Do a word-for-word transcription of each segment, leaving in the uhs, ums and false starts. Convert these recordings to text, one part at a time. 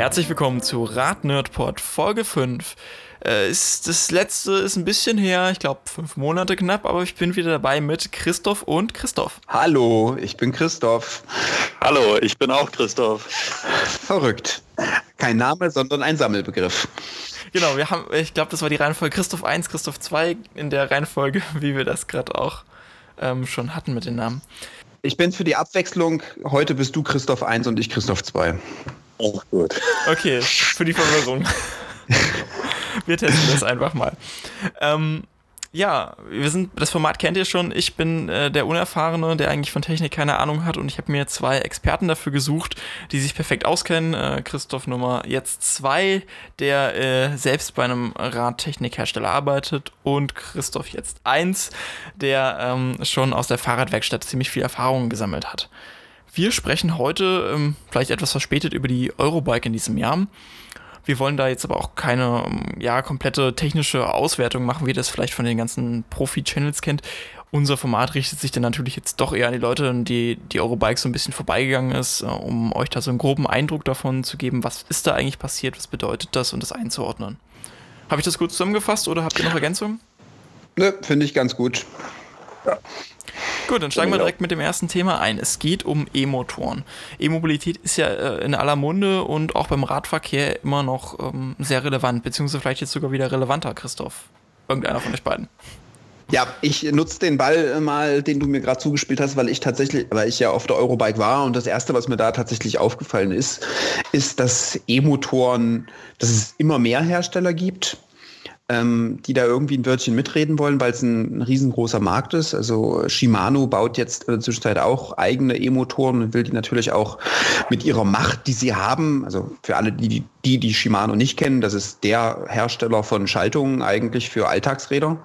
Herzlich willkommen zu Rad Nerdpod Folge fünf. Äh, ist, das letzte ist ein bisschen her, ich glaube fünf Monate knapp, aber ich bin wieder dabei mit Christoph und Christoph. Hallo, ich bin Christoph. Hallo, ich bin auch Christoph. Verrückt. Kein Name, sondern ein Sammelbegriff. Genau, wir haben, ich glaube, das war die Reihenfolge Christoph eins, Christoph zwei in der Reihenfolge, wie wir das gerade auch ähm, schon hatten mit den Namen. Ich bin für die Abwechslung, heute bist du Christoph eins und ich Christoph zwei. Oh, gut. Okay, für die Verwirrung. Wir testen das einfach mal. Ähm, ja, wir sind, das Format kennt ihr schon. Ich bin äh, der Unerfahrene, der eigentlich von Technik keine Ahnung hat, und ich habe mir zwei Experten dafür gesucht, die sich perfekt auskennen. Äh, Christoph Nummer jetzt zwei, der äh, selbst bei einem Radtechnikhersteller arbeitet, und Christoph jetzt eins, der ähm, schon aus der Fahrradwerkstatt ziemlich viel Erfahrung gesammelt hat. Wir sprechen heute, ähm, vielleicht etwas verspätet, über die Eurobike in diesem Jahr. Wir wollen da jetzt aber auch keine ja, komplette technische Auswertung machen, wie ihr das vielleicht von den ganzen Profi-Channels kennt. Unser Format richtet sich dann natürlich jetzt doch eher an die Leute, die die Eurobike so ein bisschen vorbeigegangen ist, um euch da so einen groben Eindruck davon zu geben, was ist da eigentlich passiert, was bedeutet das, und das einzuordnen. Habe ich das gut zusammengefasst oder habt ihr noch Ergänzungen? Ne, finde ich ganz gut. Ja. Gut, dann steigen wir direkt mit dem ersten Thema ein. Es geht um E-Motoren. E-Mobilität ist ja äh, in aller Munde und auch beim Radverkehr immer noch ähm, sehr relevant, beziehungsweise vielleicht jetzt sogar wieder relevanter, Christoph. Irgendeiner von euch beiden. Ja, ich nutze den Ball mal, den du mir gerade zugespielt hast, weil ich tatsächlich, weil ich ja auf der Eurobike war, und das Erste, was mir da tatsächlich aufgefallen ist, ist, dass E-Motoren, dass es immer mehr Hersteller gibt, Ähm, die da irgendwie ein Wörtchen mitreden wollen, weil es ein, ein riesengroßer Markt ist. Also Shimano baut jetzt in der Zwischenzeit auch eigene E-Motoren und will die natürlich auch mit ihrer Macht, die sie haben, also für alle, die die, die Shimano nicht kennen, das ist der Hersteller von Schaltungen eigentlich für Alltagsräder,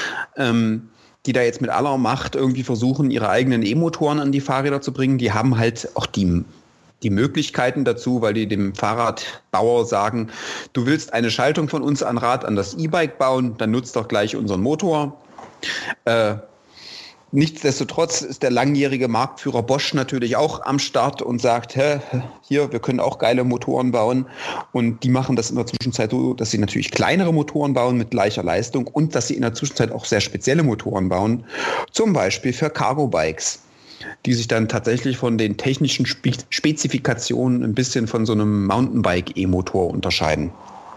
ähm, die da jetzt mit aller Macht irgendwie versuchen, ihre eigenen E-Motoren an die Fahrräder zu bringen. Die haben halt auch die die Möglichkeiten dazu, weil die dem Fahrradbauer sagen, du willst eine Schaltung von uns an Rad an das E-Bike bauen, dann nutzt doch gleich unseren Motor. Äh, nichtsdestotrotz ist der langjährige Marktführer Bosch natürlich auch am Start und sagt, hä, hier, wir können auch geile Motoren bauen. Und die machen das in der Zwischenzeit so, dass sie natürlich kleinere Motoren bauen mit gleicher Leistung und dass sie in der Zwischenzeit auch sehr spezielle Motoren bauen, zum Beispiel für Cargo-Bikes, die sich dann tatsächlich von den technischen Spe- Spezifikationen ein bisschen von so einem Mountainbike-E-Motor unterscheiden.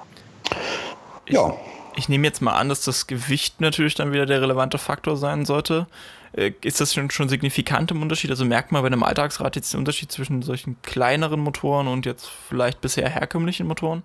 Ich, ja. Ich nehme jetzt mal an, dass das Gewicht natürlich dann wieder der relevante Faktor sein sollte. Äh, ist das schon, schon signifikant im Unterschied? Also merkt man bei einem Alltagsrad jetzt den Unterschied zwischen solchen kleineren Motoren und jetzt vielleicht bisher herkömmlichen Motoren?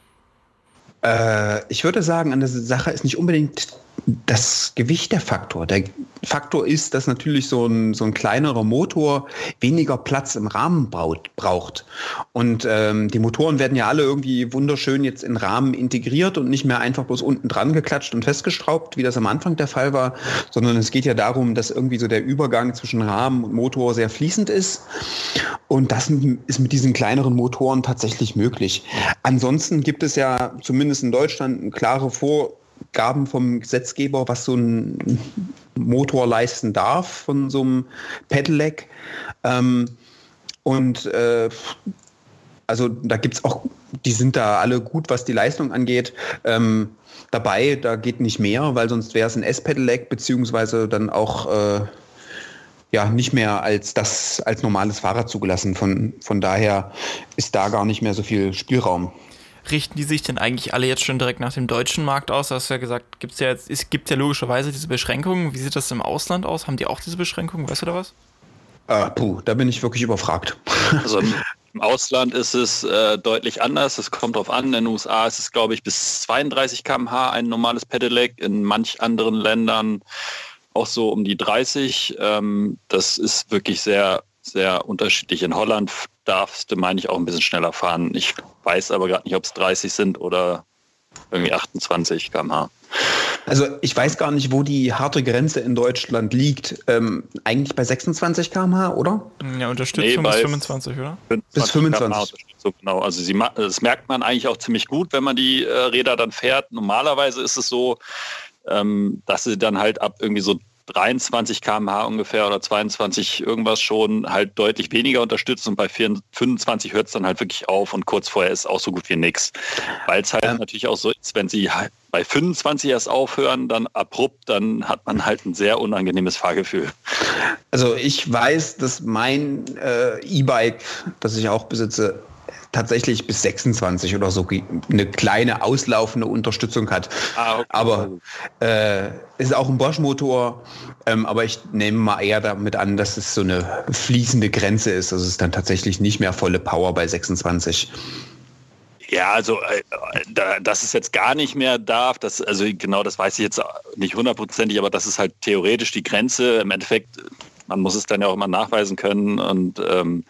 Äh, ich würde sagen, an der Sache ist nicht unbedingt das Gewicht der Faktor. Der Faktor ist, dass natürlich so ein, so ein kleinerer Motor weniger Platz im Rahmen braut, braucht. Und ähm, die Motoren werden ja alle irgendwie wunderschön jetzt in Rahmen integriert und nicht mehr einfach bloß unten dran geklatscht und festgeschraubt, wie das am Anfang der Fall war, sondern es geht ja darum, dass irgendwie so der Übergang zwischen Rahmen und Motor sehr fließend ist. Und das ist mit diesen kleineren Motoren tatsächlich möglich. Ansonsten gibt es ja zumindest in Deutschland klare Vorgaben vom Gesetzgeber, was so ein Motor leisten darf von so einem Pedelec. Ähm, und äh, also da gibt es auch, die sind da alle gut, was die Leistung angeht. Ähm, dabei, da geht nicht mehr, weil sonst wäre es ein S-Pedelec, beziehungsweise dann auch äh, ja nicht mehr als das als normales Fahrrad zugelassen. Von, von daher ist da gar nicht mehr so viel Spielraum. Richten die sich denn eigentlich alle jetzt schon direkt nach dem deutschen Markt aus? Du hast ja gesagt, gibt's ja jetzt, es gibt ja logischerweise diese Beschränkungen. Wie sieht das im Ausland aus? Haben die auch diese Beschränkungen? Weißt du da was? Äh, puh, da bin ich wirklich überfragt. Also im Ausland ist es äh, deutlich anders. Es kommt drauf an. In den U S A ist es, glaube ich, bis zweiunddreißig Kilometer pro Stunde ein normales Pedelec. In manch anderen Ländern auch so um die dreißig. Ähm, das ist wirklich sehr, sehr unterschiedlich. In Holland darfst du, meine ich, auch ein bisschen schneller fahren. Ich weiß aber gerade nicht, ob es dreißig sind oder irgendwie achtundzwanzig Kilometer pro Stunde. Also ich weiß gar nicht, wo die harte Grenze in Deutschland liegt. Ähm, eigentlich bei sechsundzwanzig Kilometer pro Stunde, oder? Ja, Unterstützung nee, bis fünfundzwanzig, oder? Bis fünfundzwanzig. So genau. Also sie, das merkt man eigentlich auch ziemlich gut, wenn man die äh, Räder dann fährt. Normalerweise ist es so, ähm, dass sie dann halt ab irgendwie so dreiundzwanzig Kilometer pro Stunde ungefähr oder zweiundzwanzig irgendwas schon halt deutlich weniger unterstützt und bei fünfundzwanzig hört es dann halt wirklich auf und kurz vorher ist auch so gut wie nichts. Weil es halt ähm. natürlich auch so ist, wenn sie halt bei fünfundzwanzig erst aufhören, dann abrupt, dann hat man halt ein sehr unangenehmes Fahrgefühl. Also ich weiß, dass mein äh, E-Bike, das ich auch besitze, tatsächlich bis sechsundzwanzig oder so eine kleine auslaufende Unterstützung hat. Ah, okay. Aber äh, ist auch ein Bosch-Motor, ähm, aber ich nehme mal eher damit an, dass es so eine fließende Grenze ist. Also es ist dann tatsächlich nicht mehr volle Power bei sechsundzwanzig. Ja, also äh, da, dass es jetzt gar nicht mehr darf, das, also genau das weiß ich jetzt nicht hundertprozentig, aber das ist halt theoretisch die Grenze. Im Endeffekt, man muss es dann ja auch immer nachweisen können und ähm,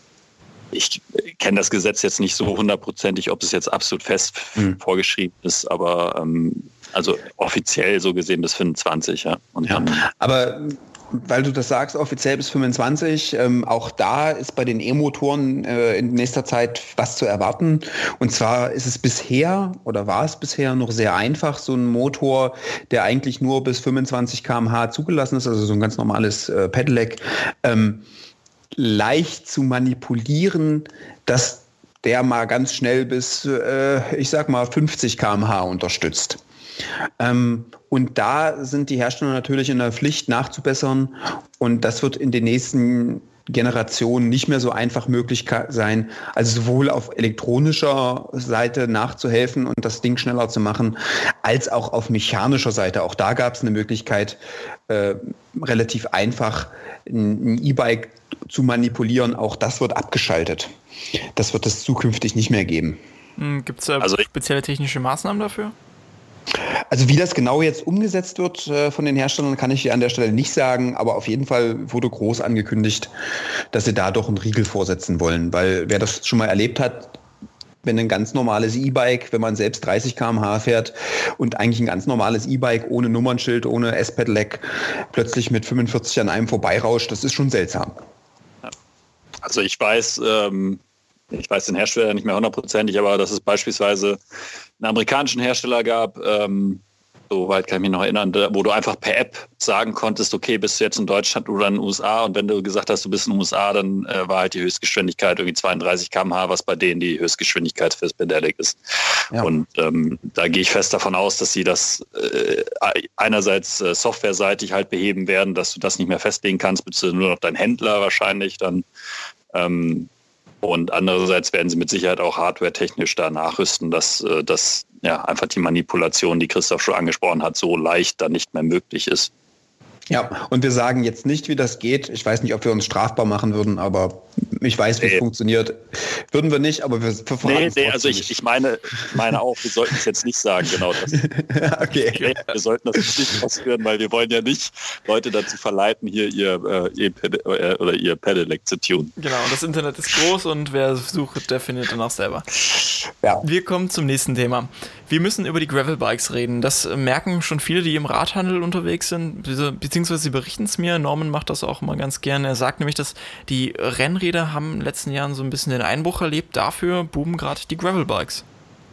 ich kenne das Gesetz jetzt nicht so hundertprozentig, ob es jetzt absolut fest hm. vorgeschrieben ist, aber ähm, also offiziell so gesehen bis fünfundzwanzig. Ja. Und ja. Dann, aber weil du das sagst, offiziell bis fünfundzwanzig, ähm, auch da ist bei den E-Motoren äh, in nächster Zeit was zu erwarten. Und zwar ist es bisher oder war es bisher noch sehr einfach, so ein Motor, der eigentlich nur bis fünfundzwanzig Kilometer pro Stunde zugelassen ist, also so ein ganz normales äh, Pedelec, ähm, leicht zu manipulieren, dass der mal ganz schnell bis, äh, ich sag mal, fünfzig Kilometer pro Stunde unterstützt. Ähm, und da sind die Hersteller natürlich in der Pflicht nachzubessern und das wird in den nächsten Generationen nicht mehr so einfach möglich sein, also sowohl auf elektronischer Seite nachzuhelfen und das Ding schneller zu machen, als auch auf mechanischer Seite. Auch da gab es eine Möglichkeit, äh, relativ einfach ein E-Bike zu manipulieren. Auch das wird abgeschaltet. Das wird es zukünftig nicht mehr geben. Gibt es da also spezielle technische Maßnahmen dafür? Also wie das genau jetzt umgesetzt wird äh, von den Herstellern, kann ich dir an der Stelle nicht sagen, aber auf jeden Fall wurde groß angekündigt, dass sie da doch einen Riegel vorsetzen wollen, weil wer das schon mal erlebt hat, wenn ein ganz normales E-Bike, wenn man selbst dreißig Kilometer pro Stunde fährt und eigentlich ein ganz normales E-Bike ohne Nummernschild, ohne S-Pedelec plötzlich mit fünfundvierzig an einem vorbeirauscht, das ist schon seltsam. Also ich weiß, ähm, ich weiß den Hersteller nicht mehr hundertprozentig, aber dass es beispielsweise einen amerikanischen Hersteller gab, ähm, soweit kann ich mich noch erinnern, wo du einfach per App sagen konntest, okay, bist du jetzt in Deutschland oder in den U S A und wenn du gesagt hast, du bist in den U S A, dann äh, war halt die Höchstgeschwindigkeit irgendwie zweiunddreißig Kilometer pro Stunde, was bei denen die Höchstgeschwindigkeit fürs Pedelec ist. Ja. Und ähm, da gehe ich fest davon aus, dass sie das äh, einerseits äh, softwareseitig halt beheben werden, dass du das nicht mehr festlegen kannst, beziehungsweise nur noch dein Händler wahrscheinlich dann. Ähm, Und andererseits werden sie mit Sicherheit auch hardware-technisch da nachrüsten, dass äh, das ja einfach die Manipulation, die Christoph schon angesprochen hat, so leicht dann nicht mehr möglich ist. Ja, und wir sagen jetzt nicht, wie das geht. Ich weiß nicht, ob wir uns strafbar machen würden, aber ich weiß, wie nee. es funktioniert. Würden wir nicht, aber wir verfahren Nee, nee also ich, ich meine, meine auch, wir sollten es jetzt nicht sagen, genau das. Okay. Nee, wir sollten das nicht ausführen, weil wir wollen ja nicht Leute dazu verleiten, hier ihr, äh, ihr, Ped- äh, oder ihr Pedelec zu tunen. Genau, das Internet ist groß und wer sucht, der findet dann auch selber. Ja. Wir kommen zum nächsten Thema. Wir müssen über die Gravelbikes reden. Das merken schon viele, die im Radhandel unterwegs sind, beziehungsweise sie berichten es mir. Norman macht das auch immer ganz gerne. Er sagt nämlich, dass die Rennräder haben in den letzten Jahren so ein bisschen den Einbruch erlebt. Dafür boomen gerade die Gravelbikes.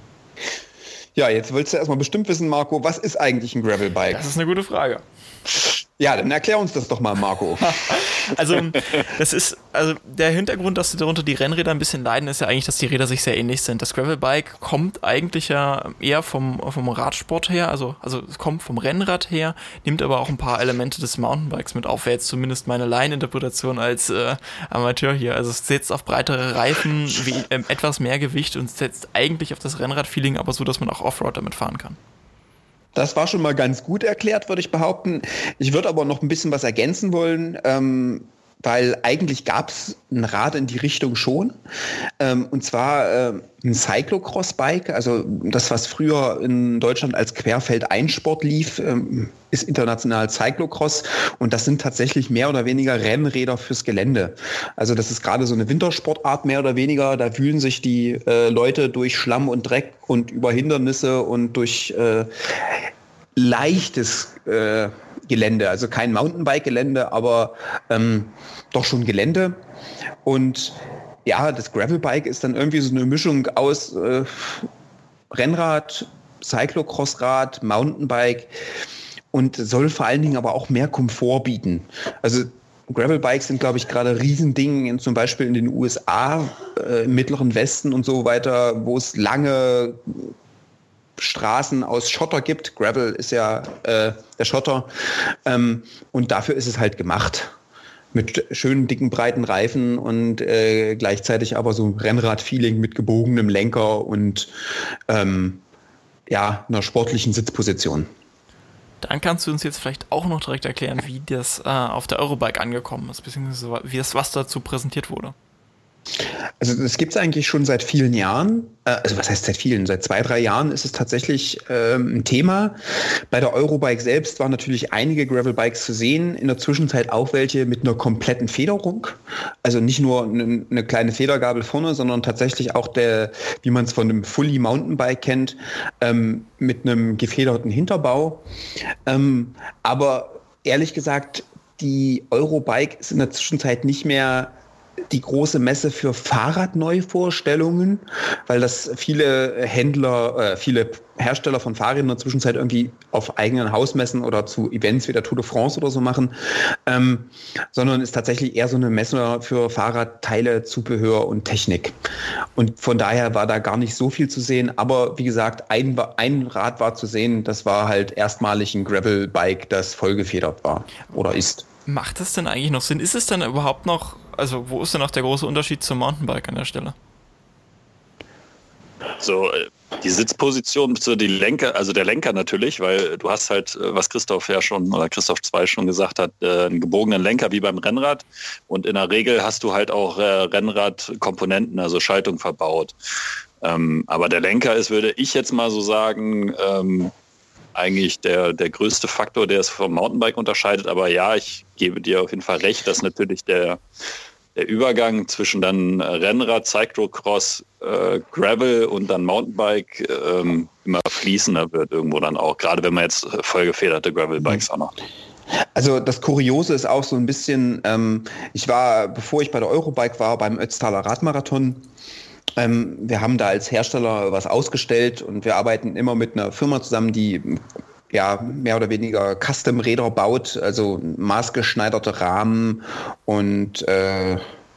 Ja, jetzt willst du erstmal bestimmt wissen, Marco, was ist eigentlich ein Gravelbike? Das ist eine gute Frage. Ja, dann erklär uns das doch mal, Marco. Also, das ist, also der Hintergrund, dass darunter die Rennräder ein bisschen leiden, ist ja eigentlich, dass die Räder sich sehr ähnlich sind. Das Gravelbike kommt eigentlich ja eher vom, vom Radsport her, also, also es kommt vom Rennrad her, nimmt aber auch ein paar Elemente des Mountainbikes mit auf, wäre jetzt zumindest meine Laieninterpretation als äh, Amateur hier. Also es setzt auf breitere Reifen, wie, äh, etwas mehr Gewicht und setzt eigentlich auf das Rennrad-Feeling, aber so, dass man auch Offroad damit fahren kann. Das war schon mal ganz gut erklärt, würde ich behaupten. Ich würde aber noch ein bisschen was ergänzen wollen, ähm, weil eigentlich gab es ein Rad in die Richtung schon. Ähm, und zwar äh, ein Cyclocross-Bike, also das, was früher in Deutschland als Querfeldeinsport lief, ähm, ist international Cyclocross. Und das sind tatsächlich mehr oder weniger Rennräder fürs Gelände. Also das ist gerade so eine Wintersportart mehr oder weniger. Da wühlen sich die äh, Leute durch Schlamm und Dreck und über Hindernisse und durch äh, leichtes äh, Gelände, also kein Mountainbike-Gelände, aber ähm, doch schon Gelände. Und ja, das Gravelbike ist dann irgendwie so eine Mischung aus äh, Rennrad, Cyclocross-Rad, Mountainbike. und soll vor allen Dingen aber auch mehr Komfort bieten. Also Gravelbikes sind, glaube ich, gerade Riesending, in, zum Beispiel in den U S A, äh, im Mittleren Westen und so weiter, wo es lange Straßen aus Schotter gibt. Gravel ist ja äh, der Schotter. Ähm, und dafür ist es halt gemacht. Mit schönen, dicken, breiten Reifen und äh, gleichzeitig aber so Rennrad-Feeling mit gebogenem Lenker und ähm, ja, einer sportlichen Sitzposition. Dann kannst du uns jetzt vielleicht auch noch direkt erklären, wie das äh, auf der Eurobike angekommen ist, beziehungsweise wie das, was dazu präsentiert wurde. Also das gibt es eigentlich schon seit vielen Jahren. Also was heißt seit vielen? Seit zwei, drei Jahren ist es tatsächlich ähm, ein Thema. Bei der Eurobike selbst waren natürlich einige Gravelbikes zu sehen. In der Zwischenzeit auch welche mit einer kompletten Federung. Also nicht nur eine, eine kleine Federgabel vorne, sondern tatsächlich auch der, wie man es von einem Fully Mountainbike kennt, ähm, mit einem gefederten Hinterbau. Ähm, aber ehrlich gesagt, die Eurobike ist in der Zwischenzeit nicht mehr die große Messe für Fahrradneuvorstellungen, weil das viele Händler, äh, viele Hersteller von Fahrrädern in der Zwischenzeit irgendwie auf eigenen Hausmessen oder zu Events wie der Tour de France oder so machen, ähm, sondern ist tatsächlich eher so eine Messe für Fahrradteile, Zubehör und Technik. Und von daher war da gar nicht so viel zu sehen, aber wie gesagt, ein, ein Rad war zu sehen, das war halt erstmalig ein Gravelbike, das vollgefedert war oder ist. Macht das denn eigentlich noch Sinn? Ist es denn überhaupt noch, also wo ist denn noch der große Unterschied zum Mountainbike an der Stelle? So, die Sitzposition, so die Lenker, also der Lenker natürlich, weil du hast halt, was Christoph ja schon, oder Christoph zwei schon gesagt hat, einen gebogenen Lenker wie beim Rennrad und in der Regel hast du halt auch Rennradkomponenten, also Schaltung verbaut. Aber der Lenker ist, würde ich jetzt mal so sagen, eigentlich der, der größte Faktor, der es vom Mountainbike unterscheidet. Aber ja, ich gebe dir auf jeden Fall recht, dass natürlich der, der Übergang zwischen dann Rennrad, Cyclocross, äh, Gravel und dann Mountainbike ähm, immer fließender wird irgendwo dann auch. Gerade wenn man jetzt vollgefederte Gravelbikes auch noch. Also das Kuriose ist auch so ein bisschen, ähm, ich war, bevor ich bei der Eurobike war, beim Ötztaler Radmarathon. Ähm, wir haben da als Hersteller was ausgestellt und wir arbeiten immer mit einer Firma zusammen, die ja mehr oder weniger Custom-Räder baut, also maßgeschneiderte Rahmen und äh,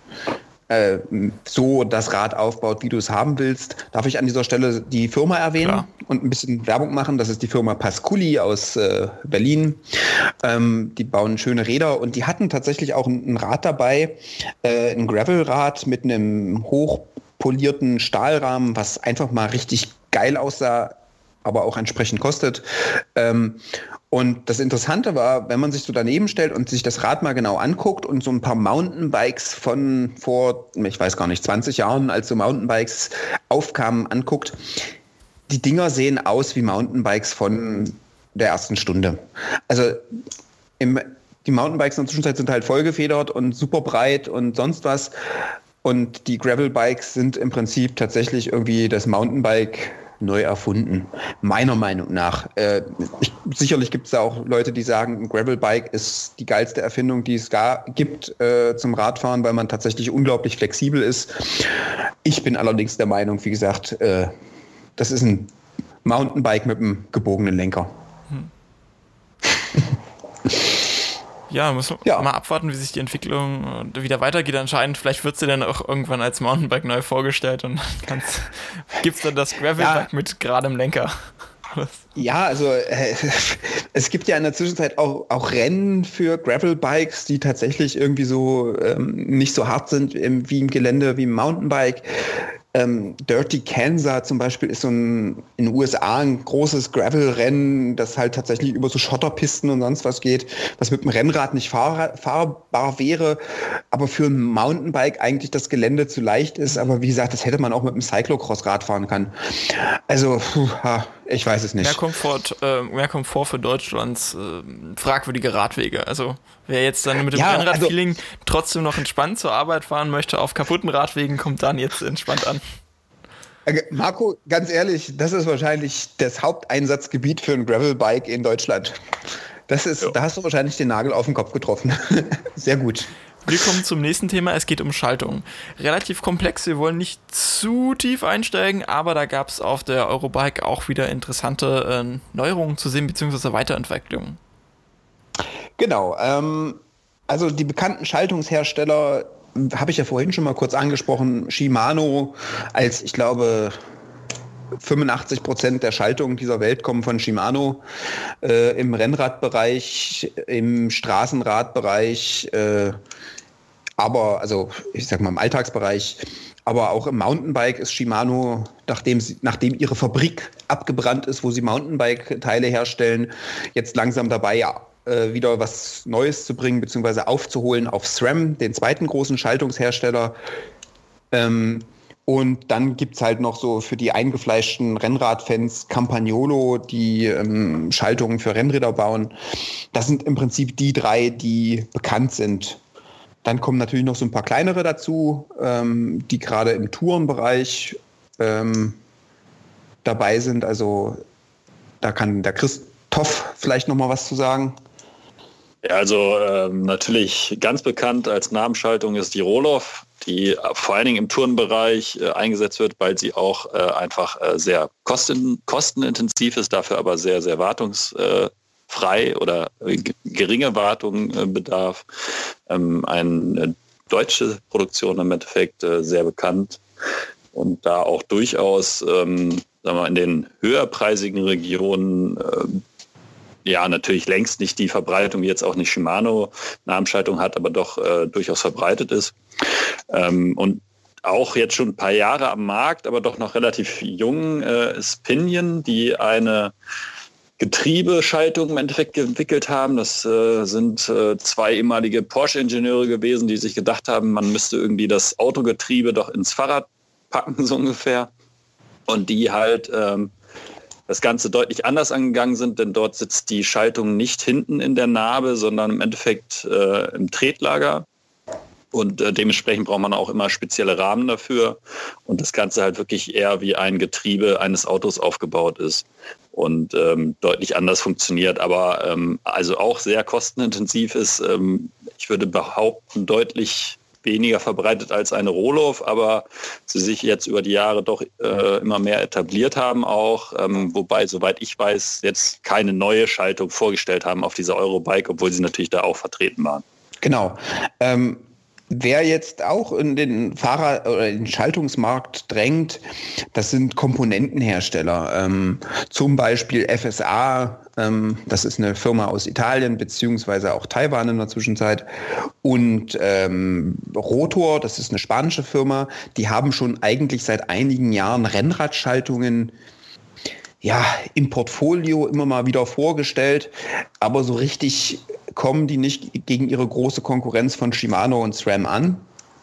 äh, so das Rad aufbaut, wie du es haben willst. Darf ich an dieser Stelle die Firma erwähnen? Klar. Und ein bisschen Werbung machen? Das ist die Firma Pasculi aus äh, Berlin. Ähm, die bauen schöne Räder und die hatten tatsächlich auch ein, ein Rad dabei, äh, ein Gravelrad mit einem hoch polierten Stahlrahmen, was einfach mal richtig geil aussah, aber auch entsprechend kostet. Ähm, und das Interessante war, wenn man sich so daneben stellt und sich das Rad mal genau anguckt und so ein paar Mountainbikes von vor, ich weiß gar nicht, zwanzig Jahren, als so Mountainbikes aufkamen, anguckt, die Dinger sehen aus wie Mountainbikes von der ersten Stunde. Also im, die Mountainbikes in der Zwischenzeit sind halt vollgefedert und super breit und sonst was. Und die Gravelbikes sind im Prinzip tatsächlich irgendwie das Mountainbike neu erfunden, meiner Meinung nach. Äh, ich, sicherlich gibt es da auch Leute, die sagen, ein Gravelbike ist die geilste Erfindung, die es gar gibt äh, zum Radfahren, weil man tatsächlich unglaublich flexibel ist. Ich bin allerdings der Meinung, wie gesagt, äh, das ist ein Mountainbike mit einem gebogenen Lenker. Hm. Ja, müssen wir ja. mal abwarten, wie sich die Entwicklung wieder weitergeht. Anscheinend, vielleicht wird sie dann auch irgendwann als Mountainbike neu vorgestellt und gibt es dann das Gravelbike ja. mit geradem Lenker. Ja, also äh, es gibt ja in der Zwischenzeit auch, auch Rennen für Gravelbikes, die tatsächlich irgendwie so ähm, nicht so hart sind im, wie im Gelände, wie im Mountainbike. Ähm, Dirty Kansas zum Beispiel ist so ein in den U S A ein großes Gravel-Rennen, das halt tatsächlich über so Schotterpisten und sonst was geht, was mit dem Rennrad nicht fahr- fahrbar wäre, aber für ein Mountainbike eigentlich das Gelände zu leicht ist. Aber wie gesagt, das hätte man auch mit einem Cyclocross-Rad fahren können. Also, puh, ich weiß es nicht. Mehr Komfort, äh, mehr Komfort für Deutschlands äh, fragwürdige Radwege. Also wer jetzt dann mit dem ja, Rennrad-Feeling also, trotzdem noch entspannt zur Arbeit fahren möchte auf kaputten Radwegen, kommt dann jetzt entspannt an. Marco, ganz ehrlich, das ist wahrscheinlich das Haupteinsatzgebiet für ein Gravelbike in Deutschland. Das ist, ja. Da hast du wahrscheinlich den Nagel auf den Kopf getroffen. Sehr gut. Wir kommen zum nächsten Thema. Es geht um Schaltung. Relativ komplex. Wir wollen nicht zu tief einsteigen, aber da gab es auf der Eurobike auch wieder interessante äh, Neuerungen zu sehen, beziehungsweise Weiterentwicklungen. Genau. Ähm, also die bekannten Schaltungshersteller habe ich ja vorhin schon mal kurz angesprochen. Shimano als, ich glaube, fünfundachtzig Prozent der Schaltungen dieser Welt kommen von Shimano. Äh, im Rennradbereich, im Straßenradbereich, äh, aber, also ich sag mal im Alltagsbereich, aber auch im Mountainbike ist Shimano, nachdem, sie, nachdem ihre Fabrik abgebrannt ist, wo sie Mountainbike-Teile herstellen, jetzt langsam dabei, ja, äh, wieder was Neues zu bringen, beziehungsweise aufzuholen auf SRAM, den zweiten großen Schaltungshersteller. Ähm, und dann gibt es halt noch so für die eingefleischten Rennradfans Campagnolo, die ähm, Schaltungen für Rennräder bauen. Das sind im Prinzip die drei, die bekannt sind. Dann kommen natürlich noch so ein paar kleinere dazu, ähm, die gerade im Tourenbereich ähm, dabei sind. Also da kann der Christoph vielleicht noch mal was zu sagen. Ja, also ähm, natürlich ganz bekannt als Namensschaltung ist die Rohloff, die vor allen Dingen im Tourenbereich äh, eingesetzt wird, weil sie auch äh, einfach äh, sehr kosten, kostenintensiv ist, dafür aber sehr, sehr wartungsfrei oder äh, geringe Wartung äh, bedarf. Ähm, eine deutsche Produktion im Endeffekt äh, sehr bekannt und da auch durchaus ähm, sagen wir, in den höherpreisigen Regionen äh, ja, natürlich längst nicht die Verbreitung, wie jetzt auch eine Shimano-Namensschaltung hat, aber doch äh, durchaus verbreitet ist. Ähm, und auch jetzt schon ein paar Jahre am Markt, aber doch noch relativ jung äh, ist Pinion, die eine Getriebeschaltung im Endeffekt entwickelt haben. Das äh, sind äh, zwei ehemalige Porsche-Ingenieure gewesen, die sich gedacht haben, man müsste irgendwie das Autogetriebe doch ins Fahrrad packen, so ungefähr. Und die halt ähm, das Ganze deutlich anders angegangen sind, denn dort sitzt die Schaltung nicht hinten in der Narbe, sondern im Endeffekt äh, im Tretlager. Und äh, dementsprechend braucht man auch immer spezielle Rahmen dafür. Und das Ganze halt wirklich eher wie ein Getriebe eines Autos aufgebaut ist und ähm, deutlich anders funktioniert, aber ähm, also auch sehr kostenintensiv ist. Ähm, ich würde behaupten, deutlich weniger verbreitet als eine Rohloff, aber sie sich jetzt über die Jahre doch äh, immer mehr etabliert haben auch, ähm, wobei, soweit ich weiß, jetzt keine neue Schaltung vorgestellt haben auf dieser Eurobike, obwohl sie natürlich da auch vertreten waren. Genau. Ähm, wer jetzt auch in den Fahrer- oder den Schaltungsmarkt drängt, das sind Komponentenhersteller. Ähm, zum Beispiel F S A, ähm, das ist eine Firma aus Italien, beziehungsweise auch Taiwan in der Zwischenzeit. Und ähm, Rotor, das ist eine spanische Firma, die haben schon eigentlich seit einigen Jahren Rennradschaltungen ja, im Portfolio immer mal wieder vorgestellt, aber so richtig kommen die nicht gegen ihre große Konkurrenz von Shimano und SRAM an.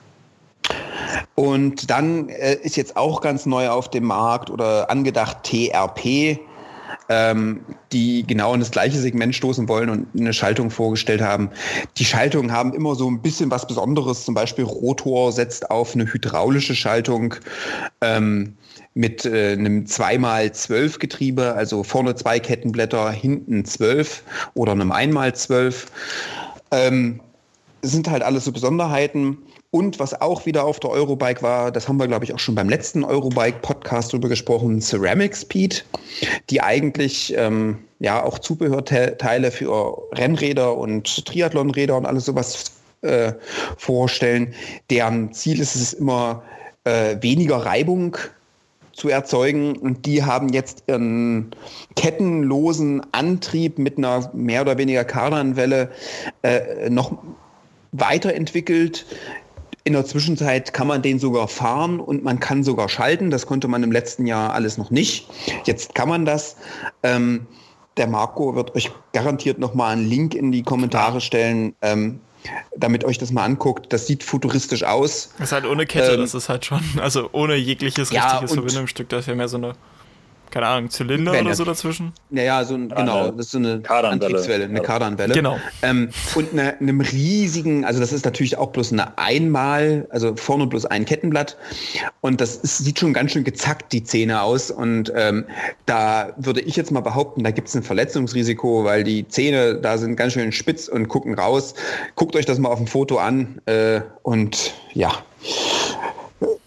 Und dann äh, ist jetzt auch ganz neu auf dem Markt oder angedacht T R P, ähm, die genau in das gleiche Segment stoßen wollen und eine Schaltung vorgestellt haben. Die Schaltungen haben immer so ein bisschen was Besonderes. Zum Beispiel Rotor setzt auf eine hydraulische Schaltung ähm, mit äh, einem zwei mal zwölf Getriebe, also vorne zwei Kettenblätter, hinten zwölf oder einem ein mal zwölf. Ähm, sind halt alles so Besonderheiten. Und was auch wieder auf der Eurobike war, das haben wir, glaube ich, auch schon beim letzten Eurobike-Podcast drüber gesprochen, Ceramic Speed, die eigentlich ähm, ja auch Zubehörteile für Rennräder und Triathlonräder und alles sowas äh, vorstellen. Deren Ziel ist es immer, äh, weniger Reibung zu erzeugen. Und die haben jetzt ihren kettenlosen Antrieb mit einer mehr oder weniger Kardanwelle äh, noch weiterentwickelt. In der Zwischenzeit kann man den sogar fahren und man kann sogar schalten. Das konnte man im letzten Jahr alles noch nicht. Jetzt kann man das. Ähm, der Marco wird euch garantiert noch mal einen Link in die Kommentare stellen, ähm, damit euch das mal anguckt. Das sieht futuristisch aus. Das ist halt ohne Kette, ähm, das ist halt schon, also ohne jegliches ja, richtiges Verbindungsstück. Das ist ja mehr so eine, keine Ahnung, Zylinder Welle. Oder so dazwischen. Ja, ja, so ein, genau, das ist so eine Kardanwelle. Antriebswelle, eine Kardanwelle. Genau. Ähm, und eine, einem riesigen, also das ist natürlich auch bloß eine Einmal, also vorne bloß ein Kettenblatt. Und das ist, sieht schon ganz schön gezackt, die Zähne aus. Und ähm, da würde ich jetzt mal behaupten, da gibt es ein Verletzungsrisiko, weil die Zähne da sind ganz schön spitz und gucken raus. Guckt euch das mal auf dem Foto an äh, und ja,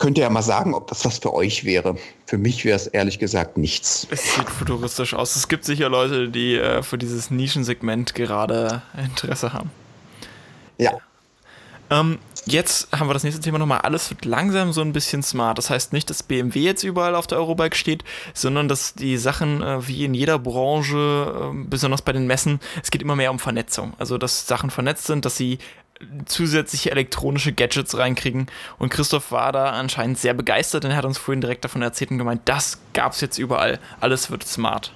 könnt ihr ja mal sagen, ob das was für euch wäre. Für mich wäre es ehrlich gesagt nichts. Es sieht futuristisch aus. Es gibt sicher Leute, die äh, für dieses Nischensegment gerade Interesse haben. Ja. Ähm, jetzt haben wir das nächste Thema nochmal. Alles wird langsam so ein bisschen smart. Das heißt nicht, dass B M W jetzt überall auf der Eurobike steht, sondern dass die Sachen äh, wie in jeder Branche, äh, besonders bei den Messen, es geht immer mehr um Vernetzung. Also dass Sachen vernetzt sind, dass sie zusätzliche elektronische Gadgets reinkriegen. Und Christoph war da anscheinend sehr begeistert, denn er hat uns vorhin direkt davon erzählt und gemeint, das gab es jetzt überall. Alles wird smart.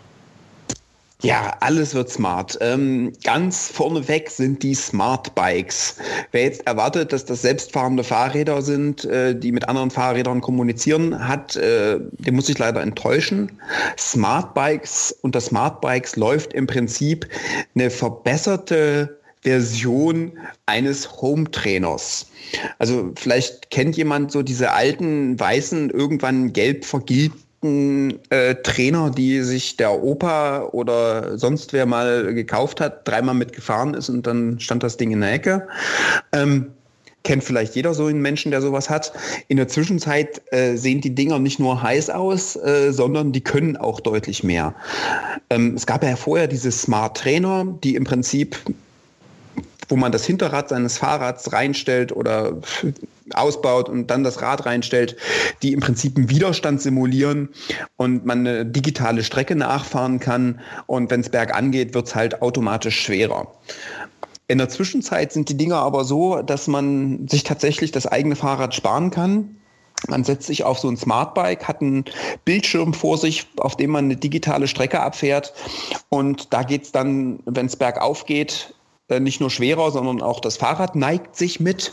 Ja, alles wird smart. Ähm, ganz vorneweg sind die Smart Bikes. Wer jetzt erwartet, dass das selbstfahrende Fahrräder sind, äh, die mit anderen Fahrrädern kommunizieren, hat, äh, den muss ich leider enttäuschen. Smart Bikes, unter Smart Bikes läuft im Prinzip eine verbesserte Version eines Home-Trainers. Also vielleicht kennt jemand so diese alten, weißen, irgendwann gelb vergilbten Äh, Trainer, die sich der Opa oder sonst wer mal gekauft hat, dreimal mitgefahren ist und dann stand das Ding in der Ecke. Ähm, kennt vielleicht jeder so einen Menschen, der sowas hat. In der Zwischenzeit äh, sehen die Dinger nicht nur heiß aus, äh, sondern die können auch deutlich mehr. Ähm, es gab ja vorher diese Smart Trainer, die im Prinzip, wo man das Hinterrad seines Fahrrads reinstellt oder ausbaut und dann das Rad reinstellt, die im Prinzip einen Widerstand simulieren und man eine digitale Strecke nachfahren kann. Und wenn es bergan geht, wird es halt automatisch schwerer. In der Zwischenzeit sind die Dinger aber so, dass man sich tatsächlich das eigene Fahrrad sparen kann. Man setzt sich auf so ein Smartbike, hat einen Bildschirm vor sich, auf dem man eine digitale Strecke abfährt. Und da geht es dann, wenn es bergauf geht, nicht nur schwerer, sondern auch das Fahrrad neigt sich mit.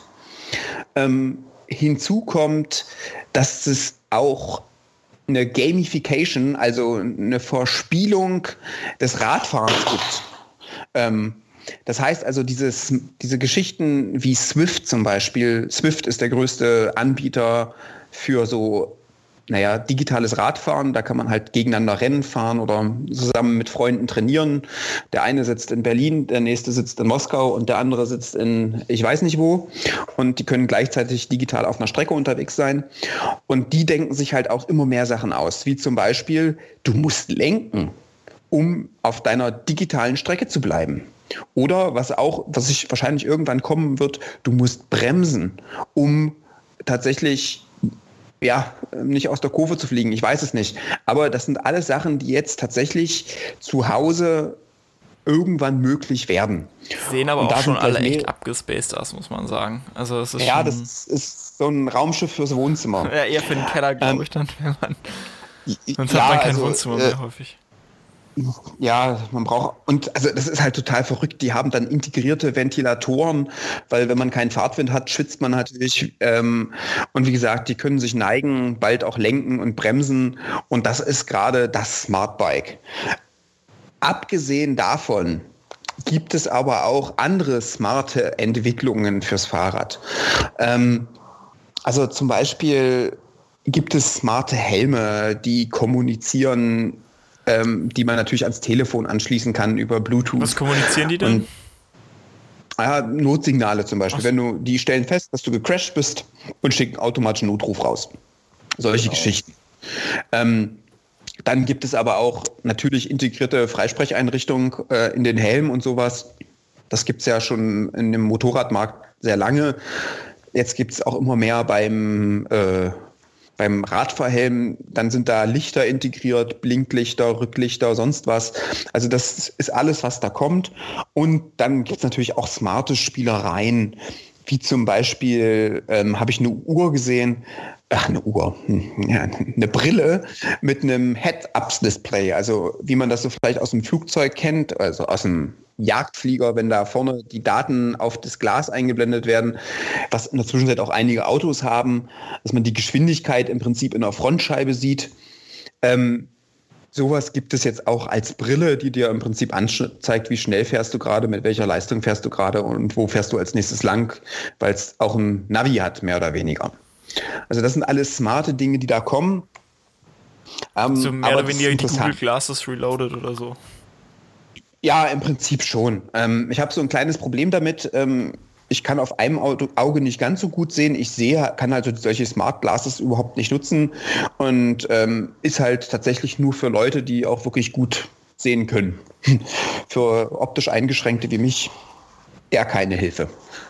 Ähm, hinzu kommt, dass es auch eine Gamification, also eine Verspielung des Radfahrens gibt. Ähm, das heißt also, dieses, diese Geschichten wie Swift zum Beispiel, Swift ist der größte Anbieter für so, naja, digitales Radfahren, da kann man halt gegeneinander Rennen fahren oder zusammen mit Freunden trainieren. Der eine sitzt in Berlin, der nächste sitzt in Moskau und der andere sitzt in ich weiß nicht wo. Und die können gleichzeitig digital auf einer Strecke unterwegs sein. Und die denken sich halt auch immer mehr Sachen aus, wie zum Beispiel, du musst lenken, um auf deiner digitalen Strecke zu bleiben. Oder was auch, was ich wahrscheinlich irgendwann kommen wird, du musst bremsen, um tatsächlich ja, nicht aus der Kurve zu fliegen, ich weiß es nicht. Aber das sind alles Sachen, die jetzt tatsächlich zu Hause irgendwann möglich werden. Sehen aber auch schon alle echt abgespaced aus, muss man sagen. Also es ist ja, schon das ist so ein Raumschiff fürs Wohnzimmer. Ja, eher für den Keller, glaube ähm, ich, dann. Wenn man, sonst ja, hat man kein also, Wohnzimmer äh, mehr häufig. Ja, man braucht, und also das ist halt total verrückt, die haben dann integrierte Ventilatoren, weil wenn man keinen Fahrtwind hat, schwitzt man natürlich, ähm, und wie gesagt, die können sich neigen, bald auch lenken und bremsen und das ist gerade das Smartbike. Abgesehen davon gibt es aber auch andere smarte Entwicklungen fürs Fahrrad. Ähm, also zum Beispiel gibt es smarte Helme, die kommunizieren, Ähm, die man natürlich ans Telefon anschließen kann über Bluetooth. Was kommunizieren die denn? Und, ja, Notsignale zum Beispiel. Ach. Wenn du, die stellen fest, dass du gecrashed bist und schicken automatisch einen Notruf raus. Solche genau. Geschichten. Ähm, dann gibt es aber auch natürlich integrierte Freisprecheinrichtungen äh, in den Helmen und sowas. Das gibt es ja schon in dem Motorradmarkt sehr lange. Jetzt gibt es auch immer mehr beim äh, Beim Radfahrhelm, dann sind da Lichter integriert, Blinklichter, Rücklichter, sonst was. Also das ist alles, was da kommt. Und dann gibt es natürlich auch smarte Spielereien, wie zum Beispiel ähm, habe ich eine Uhr gesehen, ach eine Uhr, ja, eine Brille mit einem Head-Ups-Display. Also wie man das so vielleicht aus dem Flugzeug kennt, also aus dem Jagdflieger, wenn da vorne die Daten auf das Glas eingeblendet werden, was in der Zwischenzeit auch einige Autos haben, dass man die Geschwindigkeit im Prinzip in der Frontscheibe sieht. Ähm, sowas gibt es jetzt auch als Brille, die dir im Prinzip anzeigt, wie schnell fährst du gerade, mit welcher Leistung fährst du gerade und wo fährst du als nächstes lang, weil es auch ein Navi hat, mehr oder weniger. Also das sind alles smarte Dinge, die da kommen. Ähm, so mehr oder weniger die Google Glasses Reloaded oder so. Ja, im Prinzip schon. Ähm, ich habe so ein kleines Problem damit. Ähm, ich kann auf einem Auto, Auge nicht ganz so gut sehen. Ich sehe, kann also solche Smart Glasses überhaupt nicht nutzen und ähm, ist halt tatsächlich nur für Leute, die auch wirklich gut sehen können. Für optisch Eingeschränkte wie mich eher keine Hilfe.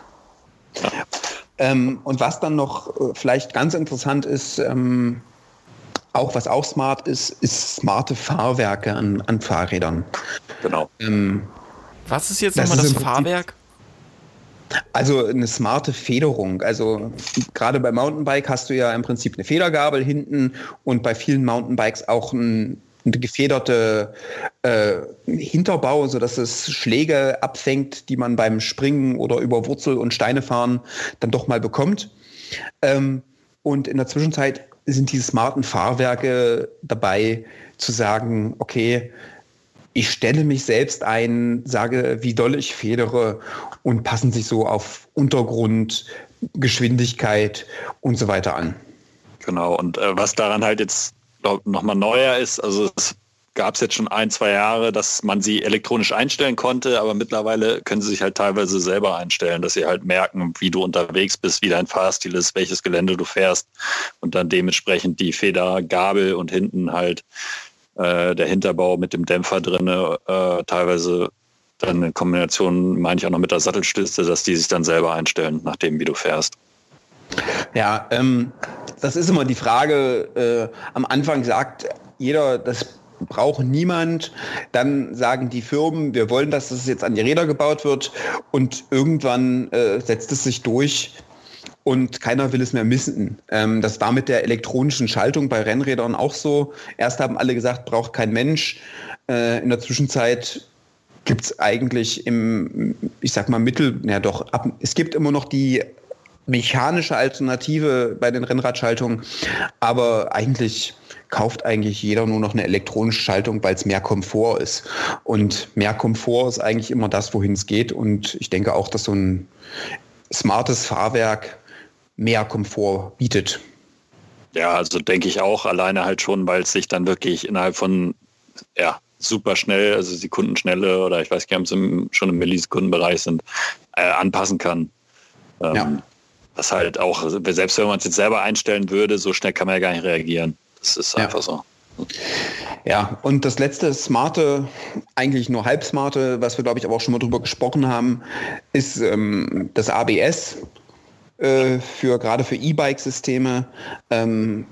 Ähm, und was dann noch äh, vielleicht ganz interessant ist, ähm, auch was auch smart ist, ist smarte Fahrwerke an, an Fahrrädern. Genau. Ähm, was ist jetzt nochmal das, das Fahrwerk? Also eine smarte Federung. Also gerade bei Mountainbike hast du ja im Prinzip eine Federgabel hinten und bei vielen Mountainbikes auch ein, eine gefederte äh, Hinterbau, sodass es Schläge abfängt, die man beim Springen oder über Wurzel und Steine fahren dann doch mal bekommt. Ähm, und in der Zwischenzeit sind diese smarten Fahrwerke dabei zu sagen, okay, ich stelle mich selbst ein, sage, wie doll ich federe und passen sich so auf Untergrund, Geschwindigkeit und so weiter an. Genau, und äh, was daran halt jetzt nochmal neuer ist, also es gab es jetzt schon ein, zwei Jahre, dass man sie elektronisch einstellen konnte, aber mittlerweile können sie sich halt teilweise selber einstellen, dass sie halt merken, wie du unterwegs bist, wie dein Fahrstil ist, welches Gelände du fährst und dann dementsprechend die Federgabel und hinten halt äh, der Hinterbau mit dem Dämpfer drin, äh, teilweise dann in Kombination, meine ich auch noch mit der Sattelstütze, dass die sich dann selber einstellen, nachdem wie du fährst. Ja, ähm, das ist immer die Frage, äh, am Anfang sagt jeder, das braucht niemand, dann sagen die Firmen, wir wollen, dass das jetzt an die Räder gebaut wird und irgendwann äh, setzt es sich durch und keiner will es mehr missen. Ähm, das war mit der elektronischen Schaltung bei Rennrädern auch so. Erst haben alle gesagt, braucht kein Mensch. Äh, in der Zwischenzeit gibt es eigentlich im, ich sag mal, Mittel, ja doch, ab, es gibt immer noch die mechanische Alternative bei den Rennradschaltungen, aber eigentlich kauft eigentlich jeder nur noch eine elektronische Schaltung, weil es mehr Komfort ist. Und mehr Komfort ist eigentlich immer das, wohin es geht. Und ich denke auch, dass so ein smartes Fahrwerk mehr Komfort bietet. Ja, also denke ich auch, alleine halt schon, weil es sich dann wirklich innerhalb von, ja, super schnell, also Sekundenschnelle oder ich weiß gar nicht, ob sie schon im Millisekundenbereich sind, äh, anpassen kann. Ähm, ja. Das halt auch, selbst wenn man es jetzt selber einstellen würde, so schnell kann man ja gar nicht reagieren. Das ist einfach ja. so. Ja, und das letzte smarte, eigentlich nur halb smarte, was wir, glaube ich, aber auch schon mal drüber gesprochen haben, ist ähm, das A B S, äh, für gerade für E-Bike-Systeme. Ähm,